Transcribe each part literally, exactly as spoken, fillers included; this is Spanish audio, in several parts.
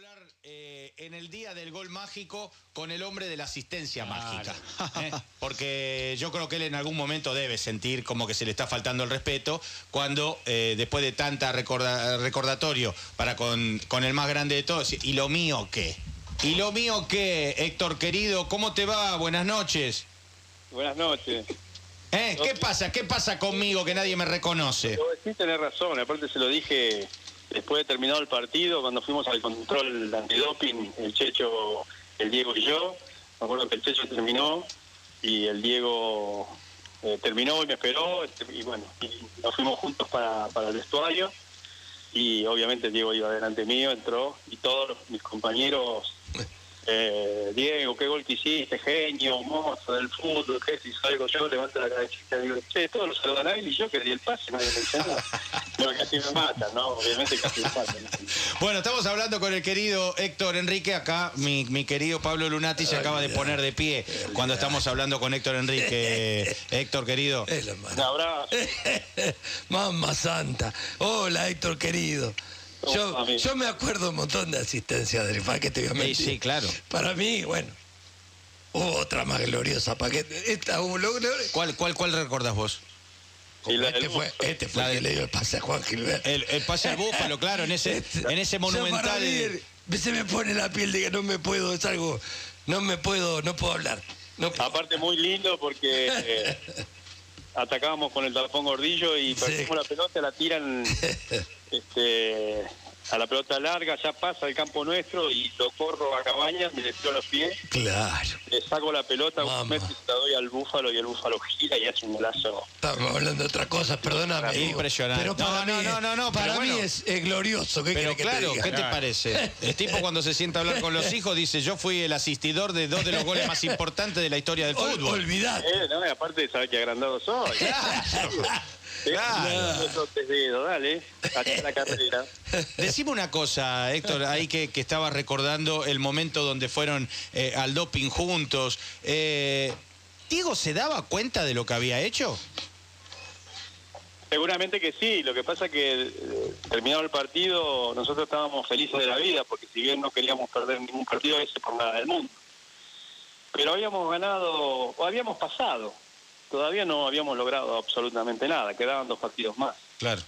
hablar eh, en el día del gol mágico con el hombre de la asistencia claro. mágica. ¿eh? Porque yo creo que él en algún momento debe sentir como que se le está faltando el respeto cuando eh, después de tanta recorda recordatorio para con, con el más grande de todos, ¿y lo mío qué? ¿Y lo mío qué, Héctor querido? ¿Cómo te va? Buenas noches. Buenas noches. ¿Eh? ¿Qué pasa? ¿Qué pasa conmigo que nadie me reconoce? Sí, tenés razón. Aparte se lo dije después de terminado el partido, cuando fuimos al control antidoping, el Checho, el Diego y yo. Me acuerdo que el Checho terminó y el Diego eh, terminó y me esperó. Y bueno, y nos fuimos juntos para, para el vestuario. Y obviamente el Diego iba delante mío, entró y todos los, mis compañeros... Eh, Diego, qué gol que hiciste, genio, mozo del fútbol, qué si salgo yo, levanto la cabecita y digo, che, todos los saludan a él y yo que di el pase, nadie me dice nada. No, casi me matan, ¿no? Obviamente casi me matan. Bueno, estamos hablando con el querido Héctor Enrique, acá mi, mi querido Pablo Lunati se acaba de poner de pie cuando estamos hablando con Héctor Enrique. Héctor, querido. Un abrazo. Mamá santa. Hola, Héctor, querido. Yo, yo me acuerdo un montón de asistencia de ¿para qué te voy a mentir? Sí, sí, claro. Para mí, bueno, hubo otra más gloriosa. ¿Para qué? Esta hubo ¿Cuál, cuál, cuál recordás vos? Sí, la, este, fue, este fue la el que de, le dio el pase a Juan Gilberto. El, el pase al Búfalo, claro, en ese, este, en ese monumental. Mí, se me pone la piel de que no me puedo, es algo, no me puedo, no puedo hablar. No puedo. Aparte muy lindo porque eh, atacábamos con el tapón Gordillo y perdimos sí. la pelota, la tiran este, a la pelota larga, ya pasa el campo nuestro y lo corro a Cabañas, me le tiro los pies. Claro. Le saco la pelota, Mamá. un metro y se la doy al Búfalo y el Búfalo gira y hace un golazo. Estamos hablando de otra cosa, perdóname. Impresionante. Pero para no, mí, no, no, no, para bueno, mí es, es glorioso. ¿Qué pero claro, que te ¿qué te parece? El tipo cuando se sienta a hablar con los hijos dice, yo fui el asistidor de dos de los goles más importantes de la historia del Ol, fútbol. Olvidate. Eh, no, y aparte de saber que agrandado soy. Claro. Claro. Dale, hasta la carrera. Decime una cosa, Héctor, ahí que, que estabas recordando el momento donde fueron eh, al doping juntos. Eh, ¿Diego se daba cuenta de lo que había hecho? Seguramente que sí, lo que pasa es que eh, terminado el partido nosotros estábamos felices de la vida, porque si bien no queríamos perder ningún partido ese por nada del mundo, pero habíamos ganado, o habíamos pasado, todavía no habíamos logrado absolutamente nada, quedaban dos partidos más. Claro.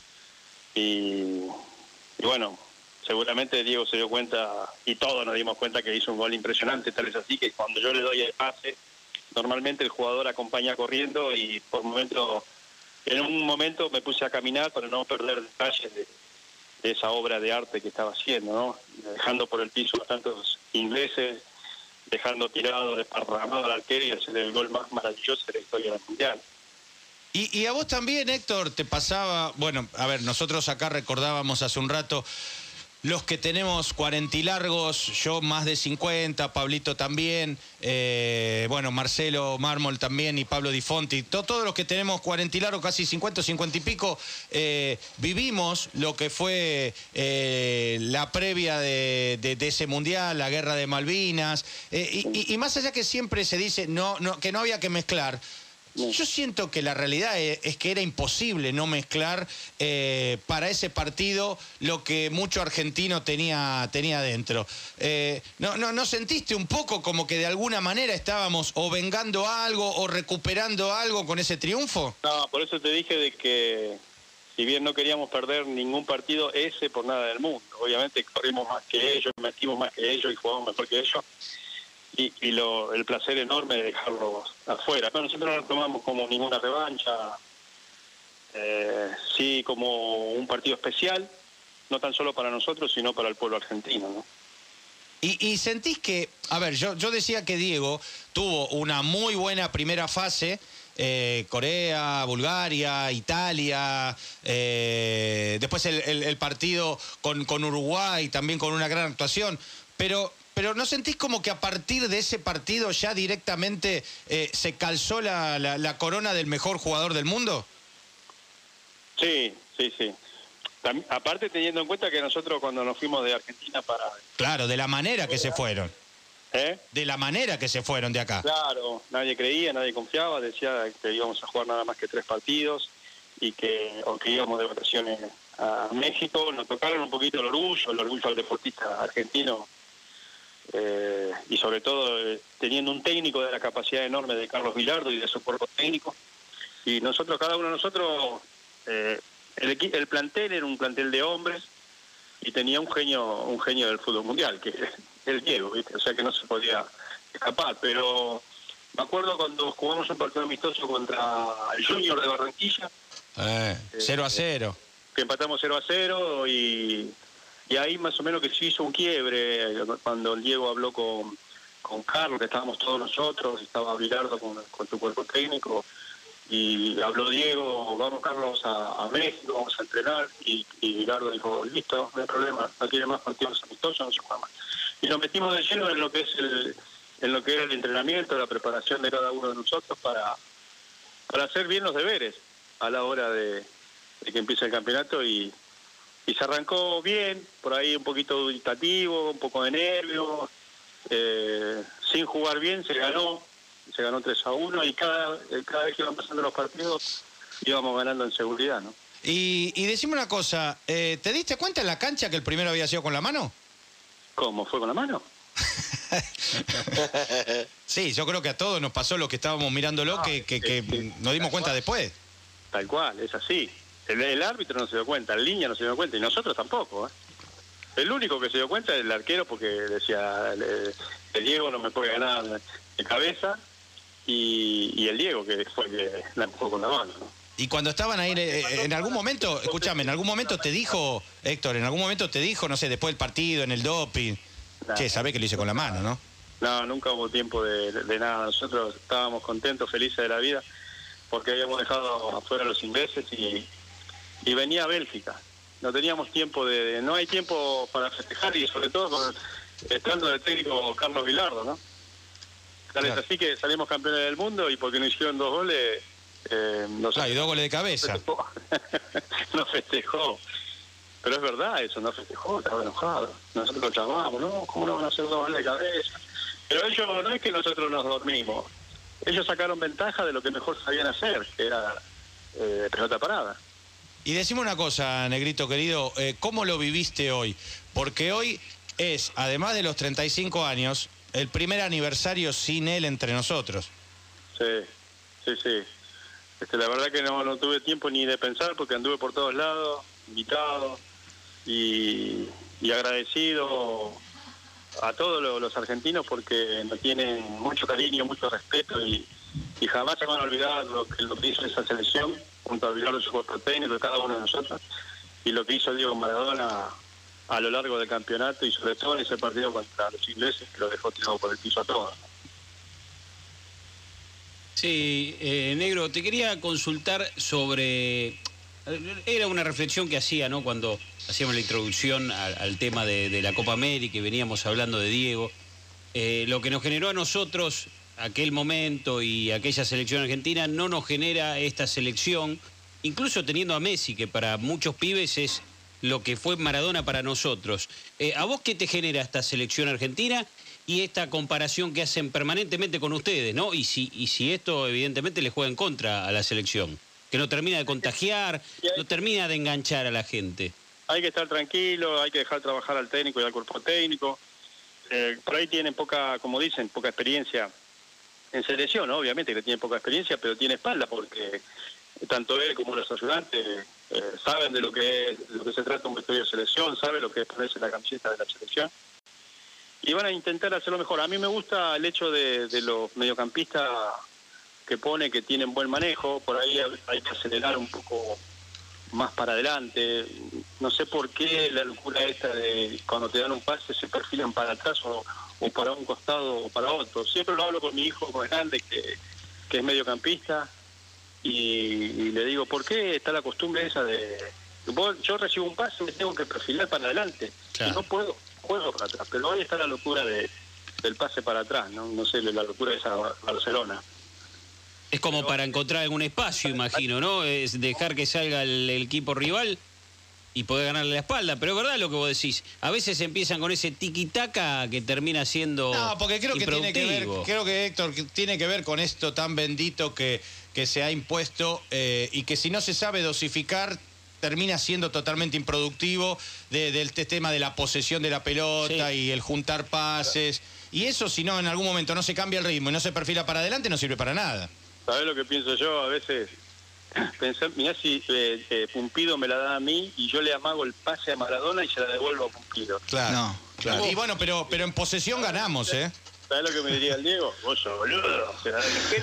Y, y bueno, seguramente Diego se dio cuenta, y todos nos dimos cuenta que hizo un gol impresionante, tal vez así que cuando yo le doy el pase, normalmente el jugador acompaña corriendo y por momento... En un momento me puse a caminar para no perder detalles de, de esa obra de arte que estaba haciendo, ¿no? Dejando por el piso a tantos ingleses, dejando tirado, desparramado al arquero y hacer el gol más maravilloso de la historia del Mundial. Y, y a vos también, Héctor, te pasaba... Bueno, a ver, nosotros acá recordábamos hace un rato... Los que tenemos cuarenta y largos, yo más de cincuenta, Pablito también, eh, bueno, Marcelo Mármol también y Pablo Di Fonti, to, todos los que tenemos cuarenta y largos, casi cincuenta, cincuenta y pico, eh, vivimos lo que fue eh, la previa de, de, de ese mundial, la guerra de Malvinas, eh, y, y, y más allá que siempre se dice no, no, que no había que mezclar. Yo siento que la realidad es, es que era imposible no mezclar eh, para ese partido lo que mucho argentino tenía, tenía dentro. Eh, ¿no, no, ¿No sentiste un poco como que de alguna manera estábamos o vengando algo o recuperando algo con ese triunfo? No, por eso te dije de que si bien no queríamos perder ningún partido ese por nada del mundo, obviamente corrimos más que ellos, metimos más que ellos y jugamos mejor que ellos. Y, y lo, el placer enorme de dejarlos afuera. Pero nosotros no lo tomamos como ninguna revancha, eh, sí como un partido especial, no tan solo para nosotros, sino para el pueblo argentino, ¿no? Y, y sentís que, a ver, yo, yo decía que Diego tuvo una muy buena primera fase, eh, Corea, Bulgaria, Italia, eh, después el, el, el partido con, con Uruguay, también con una gran actuación, pero... Pero ¿no sentís como que a partir de ese partido ya directamente eh, se calzó la, la, la corona del mejor jugador del mundo? Sí, sí, sí. También, aparte teniendo en cuenta que nosotros cuando nos fuimos de Argentina para... Claro, de la manera que se fueron. ¿Eh? De la manera que se fueron de acá. Claro, nadie creía, nadie confiaba, decía que íbamos a jugar nada más que tres partidos y que, o que íbamos de vacaciones a México, nos tocaron un poquito el orgullo, el orgullo al deportista argentino, eh, y sobre todo eh, teniendo un técnico de la capacidad enorme de Carlos Vilardo y de su cuerpo técnico. Y nosotros, cada uno de nosotros, eh, el, el plantel era un plantel de hombres y tenía un genio un genio del fútbol mundial, que es el Diego, ¿viste? O sea que no se podía escapar. Pero me acuerdo cuando jugamos un partido amistoso contra el Junior de Barranquilla. Eh, cero a cero. Que empatamos cero a cero y, y ahí más o menos que se hizo un quiebre cuando el Diego habló con, con Carlos, que estábamos todos nosotros, estaba Bilardo con, con tu cuerpo técnico, y habló Diego, vamos Carlos a, a México, vamos a entrenar, y, y Bilardo dijo, listo, no hay problema, no tiene más partidos amistosos, no se juega más. Y nos metimos de lleno en lo que es el, en lo que era el entrenamiento, la preparación de cada uno de nosotros para, para hacer bien los deberes a la hora de, de que empiece el campeonato, y, y se arrancó bien, por ahí un poquito dubitativo, un poco de nervios, eh, sin jugar bien se ganó, se ganó tres a uno, y cada, cada vez que iban pasando los partidos íbamos ganando en seguridad, ¿no? Y, y decime una cosa, eh, ¿te diste cuenta en la cancha que el primero había sido con la mano? ¿Cómo? ¿Fue con la mano? Sí, yo creo que a todos nos pasó lo que estábamos mirándolo, Ah, que, que, que sí, sí. nos dimos cuenta después. Tal cual, es así. El, el árbitro no se dio cuenta, el línea no se dio cuenta, y nosotros tampoco, ¿eh? El único que se dio cuenta es el arquero, porque decía, el, el Diego no me puede ganar de cabeza, y, y el Diego, que fue el que la empujó con la mano, ¿no? Y cuando estaban ahí, eh, en algún momento, escúchame, en algún momento te dijo, Héctor, en algún momento te dijo, no sé, después del partido, en el doping, Nah. che, sabés que lo hice con la mano, ¿no? No, nunca hubo tiempo de, de nada. Nosotros estábamos contentos, felices de la vida, porque habíamos dejado afuera a los ingleses y, y venía Bélgica. No teníamos tiempo de, de... No hay tiempo para festejar, y sobre todo con, estando de técnico Carlos Vilardo, ¿no? Tal es Claro. así que salimos campeones del mundo, y porque nos hicieron dos goles... Eh, nos Ah, y dos goles de cabeza. festejó. No festejó. Pero es verdad eso, no festejó, estaba enojado. Nosotros lo llamamos, ¿no? ¿Cómo no van a hacer dos goles de cabeza? Pero ellos, no es que nosotros nos dormimos. Ellos sacaron ventaja de lo que mejor sabían hacer, que era eh, pelota parada. Y decime una cosa, Negrito querido, eh, ¿cómo lo viviste hoy? Porque hoy es, además de los treinta y cinco años, el primer aniversario sin él entre nosotros. Sí, sí, sí. Este, la verdad que no, no tuve tiempo ni de pensar, porque anduve por todos lados, invitado y, y agradecido a todos los, los argentinos, porque nos tienen mucho cariño, mucho respeto, y, y jamás se van a olvidar lo que, lo que hizo esa selección, junto a Bilardo, su cuerpo técnico, de cada uno de nosotros, y lo que hizo Diego Maradona a lo largo del campeonato, y sobre todo en ese partido contra los ingleses, que lo dejó tirado por el piso a todos. Sí, eh, Negro, te quería consultar sobre... Era una reflexión que hacía, ¿no?, cuando hacíamos la introducción al, al tema de, de la Copa América y veníamos hablando de Diego. Eh, lo que nos generó a nosotros aquel momento y aquella selección argentina no nos genera esta selección, incluso teniendo a Messi, que para muchos pibes es lo que fue Maradona para nosotros. Eh, ¿A vos qué te genera esta selección argentina y esta comparación que hacen permanentemente con ustedes, ¿no? Y si, y si esto evidentemente le juega en contra a la selección, que no termina de contagiar, no termina de enganchar a la gente. Hay que estar tranquilo, hay que dejar trabajar al técnico y al cuerpo técnico. Eh, por ahí tienen poca, como dicen, poca experiencia en selección, ¿no? Obviamente que tienen poca experiencia, pero tiene espalda, porque tanto él como los ayudantes eh, saben de lo que es, de lo que se trata un vestuario de selección, saben lo que es ponerse la camiseta de la selección, y van a intentar hacerlo mejor. A mí me gusta el hecho de, de los mediocampistas que pone, que tienen buen manejo. Por ahí hay que acelerar un poco más para adelante. No sé por qué la locura esta de cuando te dan un pase se perfilan para atrás o, o para un costado o para otro. Siempre lo hablo con mi hijo más grande, que, que es mediocampista, y, y le digo, ¿por qué está la costumbre esa de... Yo recibo un pase y me tengo que perfilar para adelante. Claro. Y no puedo, juego para atrás. Pero hoy está la locura de, del pase para atrás, ¿no? No sé, la locura de esa Barcelona. Es como para encontrar algún espacio, imagino, ¿no? Es dejar que salga el, el equipo rival y poder ganarle la espalda. Pero es verdad lo que vos decís. A veces empiezan con ese tiki-taka que termina siendo No, porque creo que tiene que ver, improductivo. creo que Héctor, que tiene que ver con esto tan bendito que, que se ha impuesto, eh, y que si no se sabe dosificar, termina siendo totalmente improductivo de, del tema de la posesión de la pelota sí. y el juntar pases. Y eso, si no, en algún momento no se cambia el ritmo y no se perfila para adelante, no sirve para nada. ¿Sabés lo que pienso yo? A veces, pensar, mirá si eh, eh, Pumpido me la da a mí y yo le amago el pase a Maradona y se la devuelvo a Pumpido. Claro, no, claro. Y bueno, pero, pero en posesión ganamos, ¿eh? ¿Sabés lo que me diría el Diego? Vos sos boludo, se la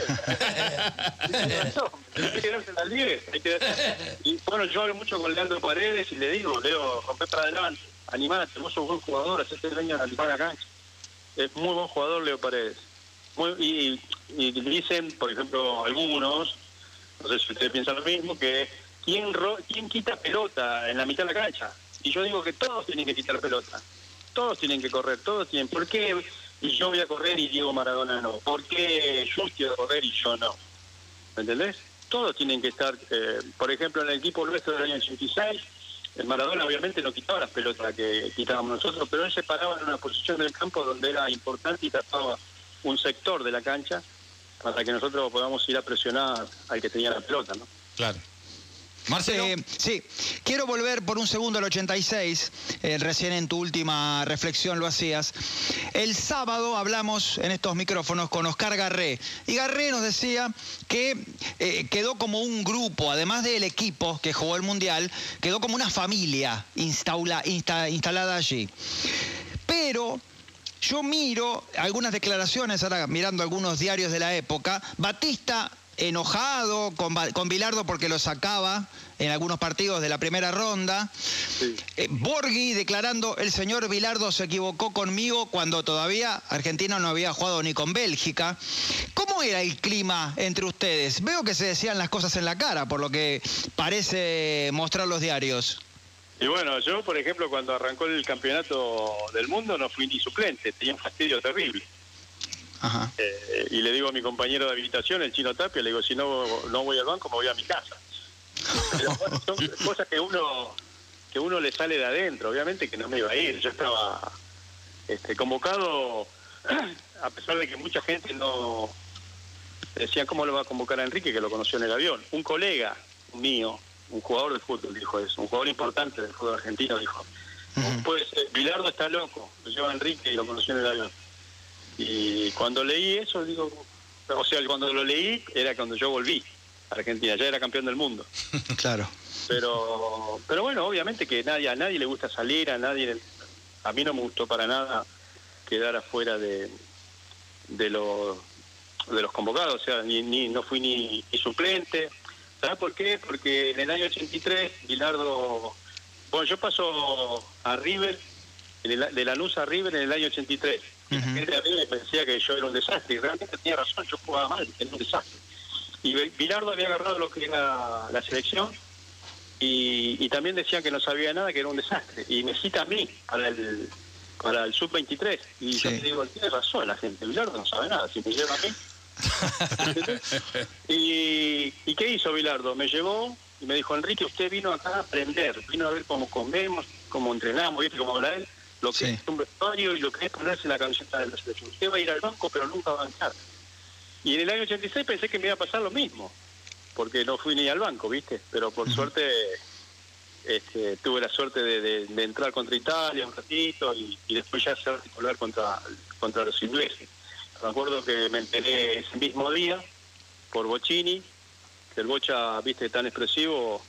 dejé. Y bueno, yo hablo mucho con Leandro Paredes y le digo, Leo, rompé para adelante, animate, vos sos buen jugador, hacete daño a animar la cancha. Es muy buen jugador Leo Paredes. Muy, y, y dicen, por ejemplo, algunos, no sé si ustedes piensan lo mismo, que ¿quién, ro ¿quién quita pelota en la mitad de la cancha? Y yo digo que todos tienen que quitar pelota. Todos tienen que correr, todos tienen. ¿Por qué? Y yo voy a correr y Diego Maradona no. ¿Por qué Justi va a correr y yo no? ¿Me entendés? Todos tienen que estar, eh, por ejemplo, en el equipo nuestro del año ochenta y seis, el Maradona obviamente no quitaba las pelotas que quitábamos nosotros, pero él se paraba en una posición del campo donde era importante y tapaba un sector de la cancha para que nosotros podamos ir a presionar al que tenía la pelota, ¿no? Claro. Marcelo. Eh, sí, quiero volver por un segundo al ochenta y seis, eh, recién en tu última reflexión lo hacías. El sábado hablamos en estos micrófonos con Oscar Garré, y Garré nos decía que eh, quedó como un grupo, además del equipo que jugó el Mundial, quedó como una familia instaula, insta, instalada allí. Pero yo miro algunas declaraciones, ahora mirando algunos diarios de la época, Batista enojado con, con Bilardo porque lo sacaba en algunos partidos de la primera ronda. Sí. Eh, Borghi declarando, el señor Bilardo se equivocó conmigo cuando todavía Argentina no había jugado ni con Bélgica. ¿Cómo era el clima entre ustedes? Veo que se decían las cosas en la cara, por lo que parece mostrar los diarios. Y bueno, yo, por ejemplo, cuando arrancó el campeonato del mundo no fui ni suplente, tenía un fastidio terrible. Ajá. Eh, y le digo a mi compañero de habilitación, el Chino Tapia, le digo, si no, no voy al banco, me voy a mi casa. Pero, bueno, son cosas que uno que uno le sale de adentro, obviamente que no me iba a ir. Yo estaba este, convocado, a pesar de que mucha gente no decía cómo lo va a convocar a Enrique, que lo conoció en el avión. Un colega mío, un jugador de fútbol, dijo eso, un jugador importante del fútbol argentino, dijo, uh-huh. pues eh, Bilardo está loco, lo lleva a Enrique y lo conoció en el avión. Y cuando leí eso, digo, o sea, cuando lo leí era cuando yo volví a Argentina, ya era campeón del mundo. Claro. Pero pero bueno, obviamente que nadie, a nadie le gusta salir, a nadie, a mí no me gustó para nada quedar afuera de de, lo, de los convocados, o sea, ni, ni no fui ni, ni suplente. ¿Sabes por qué? Porque en el año ochenta y tres, Bilardo, bueno, yo paso a River, de Lanús a River en el año ochenta y tres. Uh-huh. La gente de River pensía que yo era un desastre, y realmente tenía razón, yo jugaba mal, era un desastre. Y Bilardo había agarrado lo que era la selección, y, y también decían que no sabía nada, que era un desastre. Y me cita a mí para el para el sub veintitrés. Y sí. Yo le digo, tiene razón la gente, Bilardo no sabe nada, si me lleva a mí. y, ¿Y qué hizo Bilardo? Me llevó y me dijo, Enrique, usted vino acá a aprender, vino a ver cómo comemos, cómo entrenamos, ¿viste? Cómo habla él, lo que sí. es un vestuario y lo que es ponerse la camiseta de la selección. Usted va a ir al banco, pero nunca va a avanzar. Y en el año ochenta y seis pensé que me iba a pasar lo mismo, porque no fui ni al banco, ¿viste? Pero por uh-huh. suerte este, tuve la suerte de, de, de entrar contra Italia un ratito y, y después ya ser titular contra, contra los ingleses. Me acuerdo que me enteré ese mismo día por Bocini, que el Bocha, viste, tan expresivo.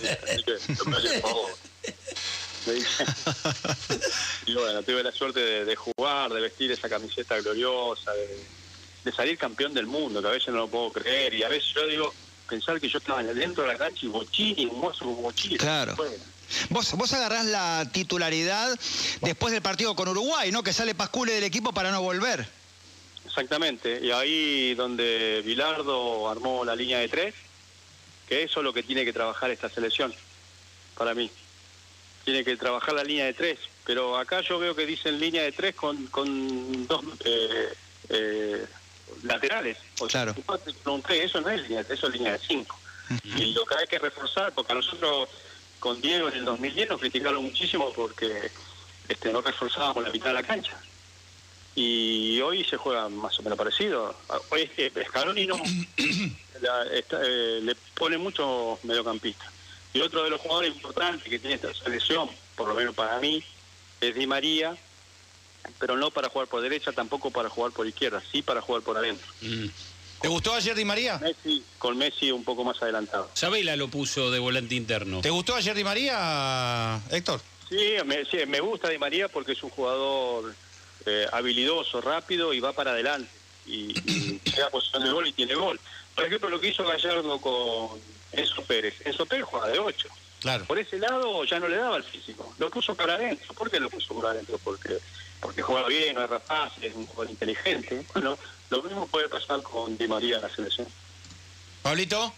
Y bueno, tuve la suerte de, de jugar, de vestir esa camiseta gloriosa, de, de salir campeón del mundo, que a veces no lo puedo creer. Y a veces yo digo, pensar que yo estaba dentro de la cancha y Bocini, un mozo como Bocini. Claro. Vos, vos agarrás la titularidad después del partido con Uruguay, ¿no? Que sale Pascule del equipo para no volver. Exactamente, y ahí donde Bilardo armó la línea de tres, que eso es lo que tiene que trabajar esta selección, para mí. Tiene que trabajar la línea de tres, pero acá yo veo que dicen línea de tres con, con dos eh, eh, laterales. O claro. Sea, con un tres, eso no es línea de tres, eso es línea de cinco. Uh-huh. Y lo que hay que reforzar, porque a nosotros con Diego en el dos mil diez nos criticaron muchísimo porque este, no reforzábamos la mitad de la cancha. Y hoy se juega más o menos parecido. Hoy es que Scaloni no, la, está, eh, le pone muchos mediocampistas. Y otro de los jugadores importantes que tiene esta selección, por lo menos para mí, es Di María, pero no para jugar por derecha, tampoco para jugar por izquierda, sí para jugar por adentro. Mm. ¿Te gustó ayer Di María? Messi, con Messi un poco más adelantado. Sabela lo puso de volante interno. ¿Te gustó ayer Di María, Héctor? Sí, me, sí, me gusta Di María porque es un jugador eh, habilidoso, rápido y va para adelante. Y, y llega a posición de gol y tiene gol. Por ejemplo, lo que hizo Gallardo con Enzo Pérez. Enzo Pérez juega de ocho. Claro. Por ese lado ya no le daba el físico. Lo puso para adentro. ¿Por qué lo puso para adentro? Porque, porque juega bien, no es rapaz, es un jugador inteligente. Bueno, lo mismo puede pasar con Di María en la selección. ¿Pablito?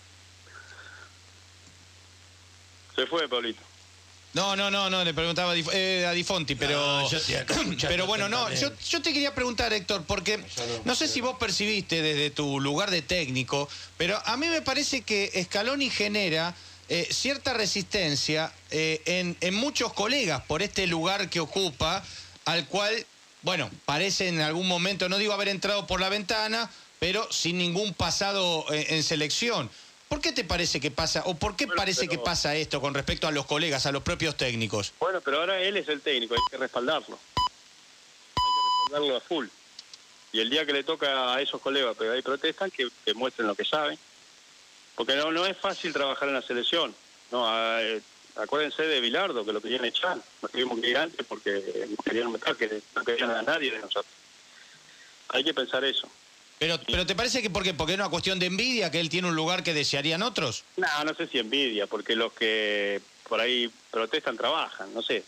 Se fue, Pablito. No, no, no, no, le preguntaba a, Dif eh, a Di Fonti, pero... No, yo estoy acá pero bueno, no, yo, yo te quería preguntar, Héctor, porque no, no sé si vos percibiste desde tu lugar de técnico, pero a mí me parece que Scaloni genera eh, cierta resistencia eh, en, en muchos colegas por este lugar que ocupa, al cual, bueno, parece en algún momento, no digo haber entrado por la ventana, pero sin ningún pasado en, en selección. ¿Por qué te parece que pasa, o por qué bueno, parece pero... que pasa esto con respecto a los colegas, a los propios técnicos? Bueno, pero ahora él es el técnico, hay que respaldarlo. Hay que respaldarlo a full. Y el día que le toca a esos colegas pegar y protestan, que, que muestren lo que saben. Porque no, no es fácil trabajar en la selección. No, a, eh, acuérdense de Bilardo, que lo querían echar. Nos tuvimos que ir antes porque nos querían meter, que no querían a nadie de nosotros. Hay que pensar eso. Pero, pero ¿te parece que por qué? ¿Porque es una cuestión de envidia, que él tiene un lugar que desearían otros? No, no sé si envidia, porque los que por ahí protestan trabajan, no sé.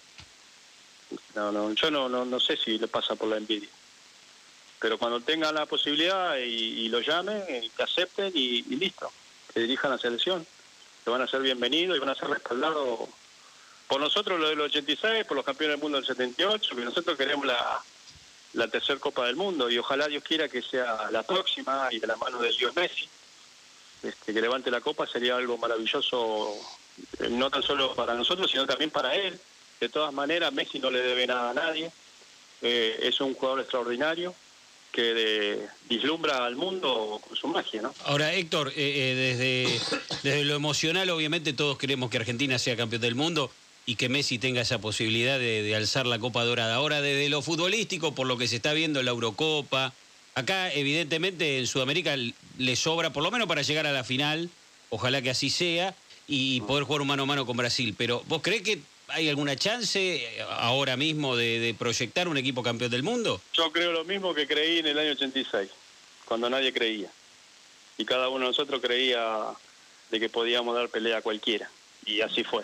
No, no, yo no, no, no sé si le pasa por la envidia. Pero cuando tengan la posibilidad y, y lo llamen, que acepten y, y listo. Que dirijan la selección. Que van a ser bienvenidos y van a ser respaldados por nosotros, lo del ochenta y seis, por los campeones del mundo del setenta y ocho, que nosotros queremos la... la tercera Copa del Mundo, y ojalá Dios quiera que sea la próxima y de la mano de Dios Messi, este, que levante la Copa, sería algo maravilloso, eh, no tan solo para nosotros, sino también para él. De todas maneras, Messi no le debe nada a nadie, eh, es un jugador extraordinario que de, vislumbra al mundo con su magia, ¿no? Ahora, Héctor, eh, eh, desde, desde lo emocional, obviamente todos queremos que Argentina sea campeón del mundo y que Messi tenga esa posibilidad de, de alzar la Copa Dorada. Ahora, desde lo futbolístico, por lo que se está viendo en la Eurocopa, acá evidentemente en Sudamérica le sobra, por lo menos para llegar a la final, ojalá que así sea, y poder jugar un mano a mano con Brasil. Pero, ¿vos creés que hay alguna chance ahora mismo de, de proyectar un equipo campeón del mundo? Yo creo lo mismo que creí en el año ochenta y seis, cuando nadie creía. Y cada uno de nosotros creía de que podíamos dar pelea a cualquiera. Y así fue.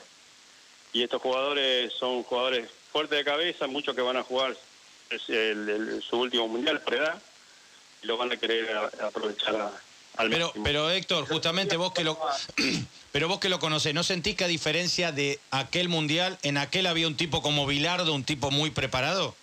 Y estos jugadores son jugadores fuertes de cabeza, muchos que van a jugar el, el, su último mundial por edad, y lo van a querer a, a aprovechar a, al pero, máximo. Pero Héctor, justamente vos que lo pero vos que lo conocés, ¿no sentís que a diferencia de aquel mundial, en aquel había un tipo como Bilardo, un tipo muy preparado?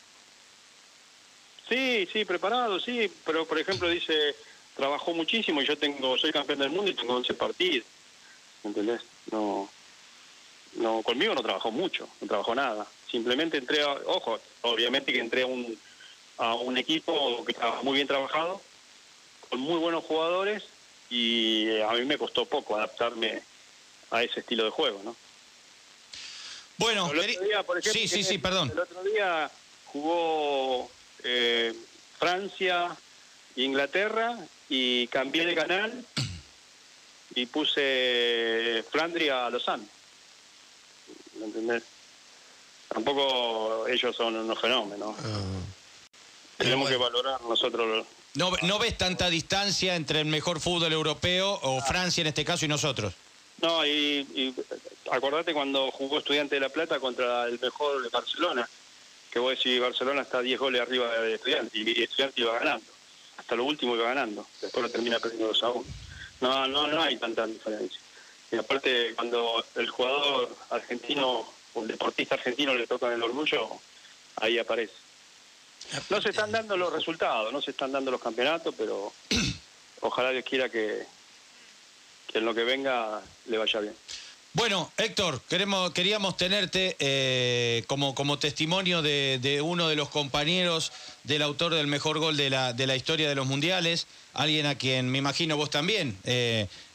Sí, sí, preparado, sí, pero por ejemplo dice, trabajó muchísimo y yo tengo, soy campeón del mundo y tengo once partidos, ¿entendés? No... No, conmigo no trabajó mucho, no trabajó nada. Simplemente entré, a, ojo, obviamente que entré a un, a un equipo que estaba muy bien trabajado, con muy buenos jugadores, y a mí me costó poco adaptarme a ese estilo de juego, ¿no? Bueno, el otro día, por ejemplo, sí, sí, sí, el, perdón. El otro día jugó eh, Francia, Inglaterra, y cambié de canal y puse Flandria a Lozano. ¿Me entendés? Tampoco ellos son unos fenómenos. Uh, Tenemos bueno. que valorar nosotros. No, ¿No ves tanta distancia entre el mejor fútbol europeo, o Francia en este caso, y nosotros? No, y, y acordate cuando jugó Estudiante de La Plata contra el mejor de Barcelona, que vos decís Barcelona está diez goles arriba de Estudiante, y Estudiante iba ganando. Hasta lo último iba ganando. Después lo termina perdiendo dos a uno. No, no, no hay tanta diferencia. Y aparte, cuando el jugador argentino o el deportista argentino le toca el orgullo, ahí aparece. No se están dando los resultados, no se están dando los campeonatos, pero ojalá Dios quiera que, que en lo que venga le vaya bien. Bueno, Héctor, queremos, queríamos tenerte eh, como, como testimonio de, de uno de los compañeros del autor del mejor gol de la, de la historia de los mundiales, alguien a quien me imagino vos también eh,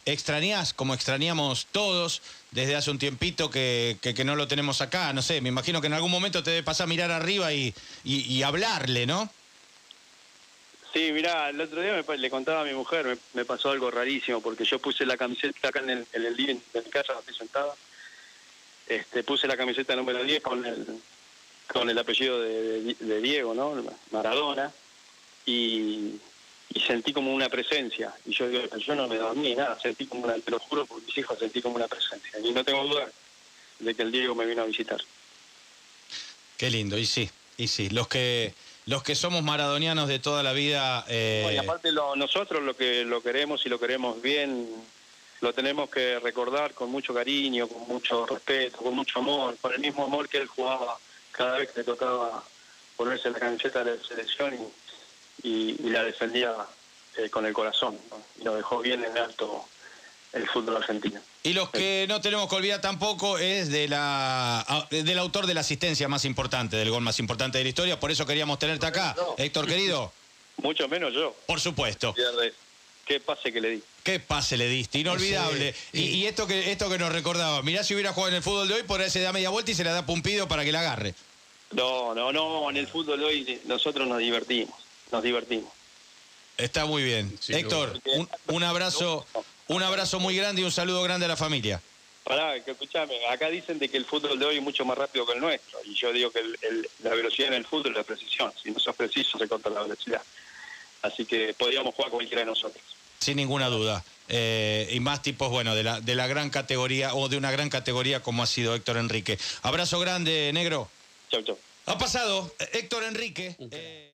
¿extrañás como extrañamos todos desde hace un tiempito que, que, que no lo tenemos acá? No sé, me imagino que en algún momento te debe pasar a mirar arriba y, y, y hablarle, ¿no? Sí, mirá, el otro día me, le contaba a mi mujer, me, me pasó algo rarísimo, porque yo puse la camiseta acá en el, en el living de mi casa, donde estoy sentada, este, puse la camiseta número diez con el, con el apellido de, de, de Diego, ¿no? Maradona, y, y sentí como una presencia, y yo digo, yo no me dormí, nada, sentí como una, te lo juro por mis hijos, sentí como una presencia, y no tengo duda de que el Diego me vino a visitar. Qué lindo, y sí, y sí, los que... Los que somos maradonianos de toda la vida... Eh... No, y aparte lo, nosotros lo que lo queremos y lo queremos bien, lo tenemos que recordar con mucho cariño, con mucho respeto, con mucho amor, con el mismo amor que él jugaba cada vez que le tocaba ponerse la camiseta de la selección y, y, y la defendía eh, con el corazón, ¿no? Y lo dejó bien en alto el fútbol argentino. Y los que no tenemos que olvidar tampoco es de la del autor de la asistencia más importante, del gol más importante de la historia, por eso queríamos tenerte acá. No. Héctor, querido. Mucho menos yo. Por supuesto. Qué pase que le di. Qué pase le diste, inolvidable. Sí, sí. Y, y esto que esto que nos recordaba, mirá si hubiera jugado en el fútbol de hoy, por ahí se da media vuelta y se la da Pumpido para que la agarre. No, no, no, en el fútbol de hoy nosotros nos divertimos, nos divertimos. Está muy bien. Sí, Héctor, un, un abrazo... Un abrazo muy grande y un saludo grande a la familia. Pará, que escuchame, acá dicen de que el fútbol de hoy es mucho más rápido que el nuestro, y yo digo que el, el, la velocidad en el fútbol es la precisión, si no sos preciso se corta la velocidad. Así que podríamos jugar cualquiera de nosotros. Sin ninguna duda. Eh, y más tipos, bueno, de la, de la gran categoría, o de una gran categoría como ha sido Héctor Enrique. Abrazo grande, negro. Chau, chau. Ha pasado Héctor Enrique. Eh...